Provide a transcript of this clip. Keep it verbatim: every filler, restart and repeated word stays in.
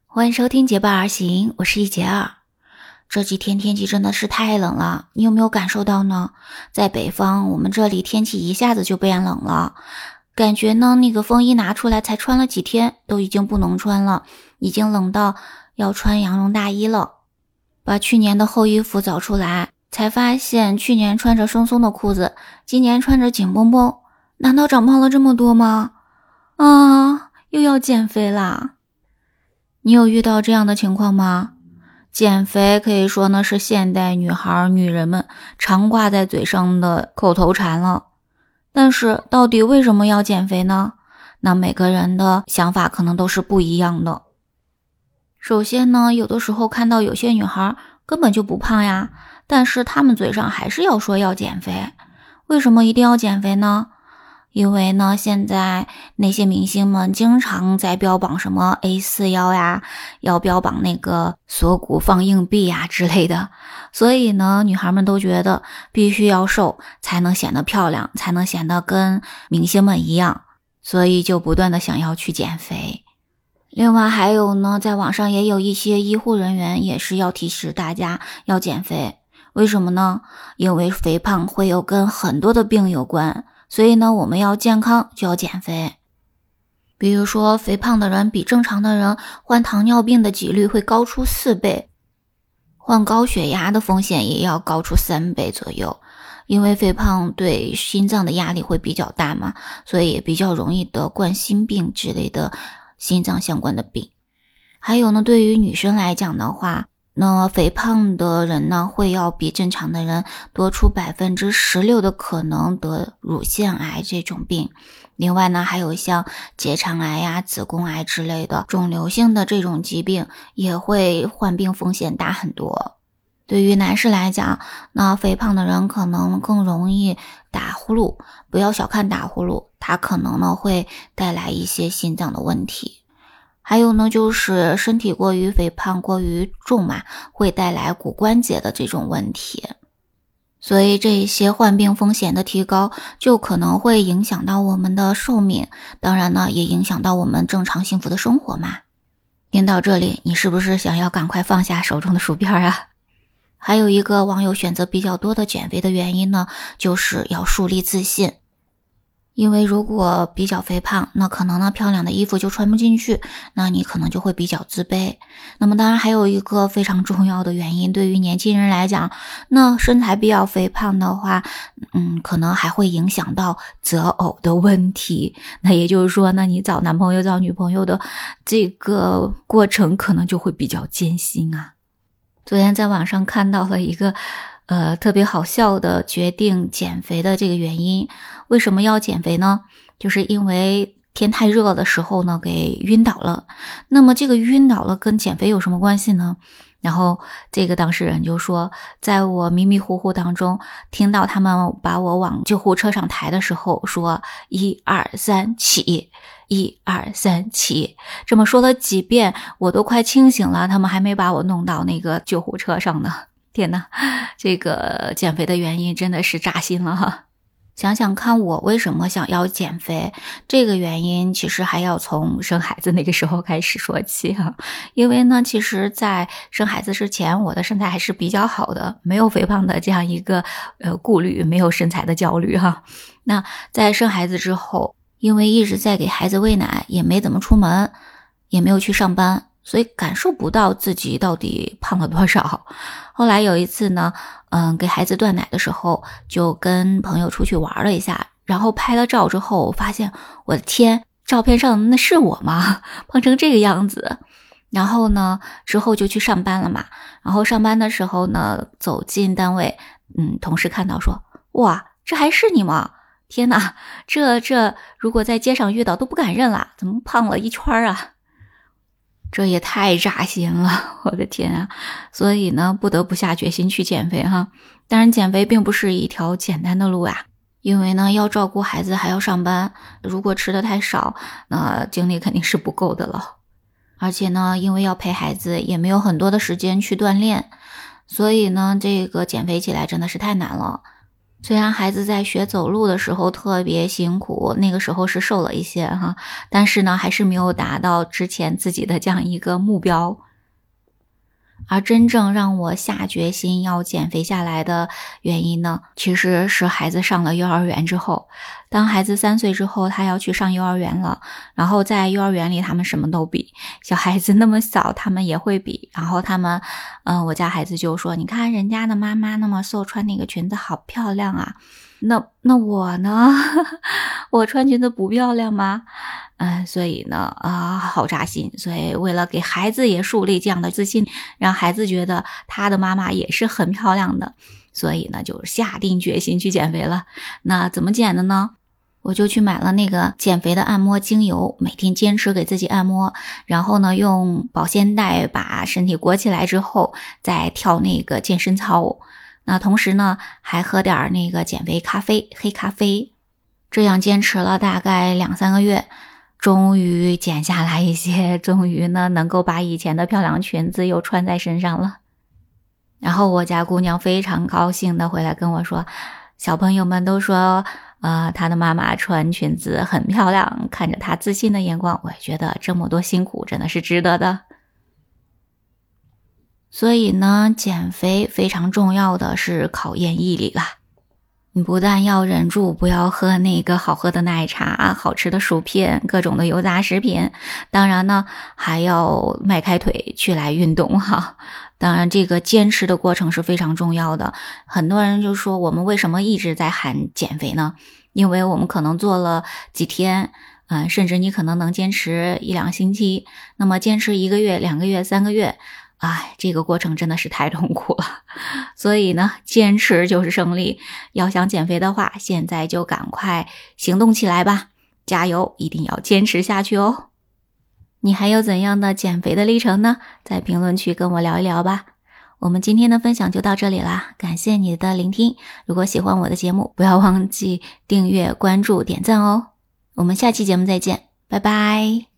欢迎收听结伴而行，我是一杰儿。这几天天气真的是太冷了，你有没有感受到呢？在北方，我们这里天气一下子就变冷了，感觉呢那个风衣拿出来才穿了几天，都已经不能穿了，已经冷到要穿羊绒大衣了。把去年的厚衣服找出来，才发现去年穿着松松的裤子，今年穿着紧绷绷，难道长胖了这么多吗？啊，又要减肥啦！你有遇到这样的情况吗？减肥可以说呢是现代女孩女人们常挂在嘴上的口头禅了。但是到底为什么要减肥呢？那每个人的想法可能都是不一样的。首先呢，有的时候看到有些女孩根本就不胖呀，但是她们嘴上还是要说要减肥。为什么一定要减肥呢？因为呢，现在那些明星们经常在标榜什么 A 四 腰呀，要标榜那个锁骨放硬币呀之类的，所以呢，女孩们都觉得必须要瘦才能显得漂亮，才能显得跟明星们一样，所以就不断的想要去减肥。另外还有呢，在网上也有一些医护人员也是要提示大家要减肥。为什么呢？因为肥胖会有跟很多的病有关，所以呢，我们要健康就要减肥。比如说，肥胖的人比正常的人患糖尿病的几率会高出四倍，患高血压的风险也要高出三倍左右。因为肥胖对心脏的压力会比较大嘛，所以也比较容易得冠心病之类的心脏相关的病。还有呢，对于女生来讲的话，那肥胖的人呢，会要比正常的人多出 百分之十六 的可能得乳腺癌这种病。另外呢，还有像结肠癌呀、子宫癌之类的肿瘤性的这种疾病，也会患病风险大很多。对于男士来讲，那肥胖的人可能更容易打呼噜，不要小看打呼噜，它可能呢会带来一些心脏的问题。还有呢，就是身体过于肥胖、过于重嘛，会带来骨关节的这种问题。所以这些患病风险的提高，就可能会影响到我们的寿命，当然呢，也影响到我们正常幸福的生活嘛。听到这里，你是不是想要赶快放下手中的薯片啊？还有一个网友选择比较多的减肥的原因呢，就是要树立自信。因为如果比较肥胖，那可能呢漂亮的衣服就穿不进去，那你可能就会比较自卑。那么当然还有一个非常重要的原因，对于年轻人来讲，那身材比较肥胖的话，嗯，可能还会影响到择偶的问题。那也就是说，那你找男朋友找女朋友的这个过程可能就会比较艰辛啊。昨天在网上看到了一个呃，特别好笑的决定减肥的这个原因。为什么要减肥呢？就是因为天太热的时候呢，给晕倒了。那么这个晕倒了跟减肥有什么关系呢？然后这个当事人就说，在我迷迷糊糊当中，听到他们把我往救护车上抬的时候，说一二三起，一二三起，这么说了几遍，我都快清醒了，他们还没把我弄到那个救护车上呢。天哪，这个减肥的原因真的是扎心了哈！想想看，我为什么想要减肥？这个原因其实还要从生孩子那个时候开始说起哈。因为呢，其实在生孩子之前，我的身材还是比较好的，没有肥胖的这样一个呃顾虑，没有身材的焦虑哈。那在生孩子之后，因为一直在给孩子喂奶，也没怎么出门，也没有去上班，所以感受不到自己到底胖了多少。后来有一次呢，嗯，给孩子断奶的时候，就跟朋友出去玩了一下，然后拍了照之后，我发现我的天，照片上那是我吗？胖成这个样子。然后呢，之后就去上班了嘛。然后上班的时候呢，走进单位，嗯，同事看到说，哇，这还是你吗？天哪，这这如果在街上遇到都不敢认啦，怎么胖了一圈啊？这也太扎心了，我的天啊！所以呢，不得不下决心去减肥哈。当然，减肥并不是一条简单的路啊，因为呢，要照顾孩子还要上班，如果吃的太少，那精力肯定是不够的了。而且呢，因为要陪孩子，也没有很多的时间去锻炼，所以呢，这个减肥起来真的是太难了。 虽然孩子在学走路的时候特别辛苦，那个时候是瘦了一些哈，但是呢，还是没有达到之前自己的这样一个目标。而真正让我下决心要减肥下来的原因呢，其实是孩子上了幼儿园之后。当孩子三岁之后，他要去上幼儿园了，然后在幼儿园里他们什么都比，小孩子那么小他们也会比，然后他们嗯、呃，我家孩子就说，你看人家的妈妈那么瘦，穿那个裙子好漂亮啊，那那我呢我穿裙子不漂亮吗？嗯，所以呢，啊、好扎心。所以为了给孩子也树立这样的自信，让孩子觉得他的妈妈也是很漂亮的，所以呢，就下定决心去减肥了。那怎么减的呢？我就去买了那个减肥的按摩精油，每天坚持给自己按摩，然后呢，用保鲜袋把身体裹起来之后，再跳那个健身操。那同时呢，还喝点那个减肥咖啡，黑咖啡。这样坚持了大概两三个月。终于减下来一些，终于呢能够把以前的漂亮裙子又穿在身上了。然后我家姑娘非常高兴的回来跟我说，小朋友们都说呃，她的妈妈穿裙子很漂亮，看着她自信的眼光，我也觉得这么多辛苦真的是值得的。所以呢，减肥非常重要的是考验毅力啦。你不但要忍住不要喝那个好喝的奶茶，好吃的薯片，各种的油炸食品，当然呢还要迈开腿去来运动哈。当然这个坚持的过程是非常重要的。很多人就说我们为什么一直在喊减肥呢？因为我们可能做了几天嗯，甚至你可能能坚持一两星期，那么坚持一个月、两个月、三个月，哎，这个过程真的是太痛苦了。所以呢，坚持就是胜利。要想减肥的话，现在就赶快行动起来吧，加油，一定要坚持下去哦。你还有怎样的减肥的历程呢？在评论区跟我聊一聊吧。我们今天的分享就到这里啦，感谢你的聆听。如果喜欢我的节目，不要忘记订阅、关注、点赞哦。我们下期节目再见，拜拜。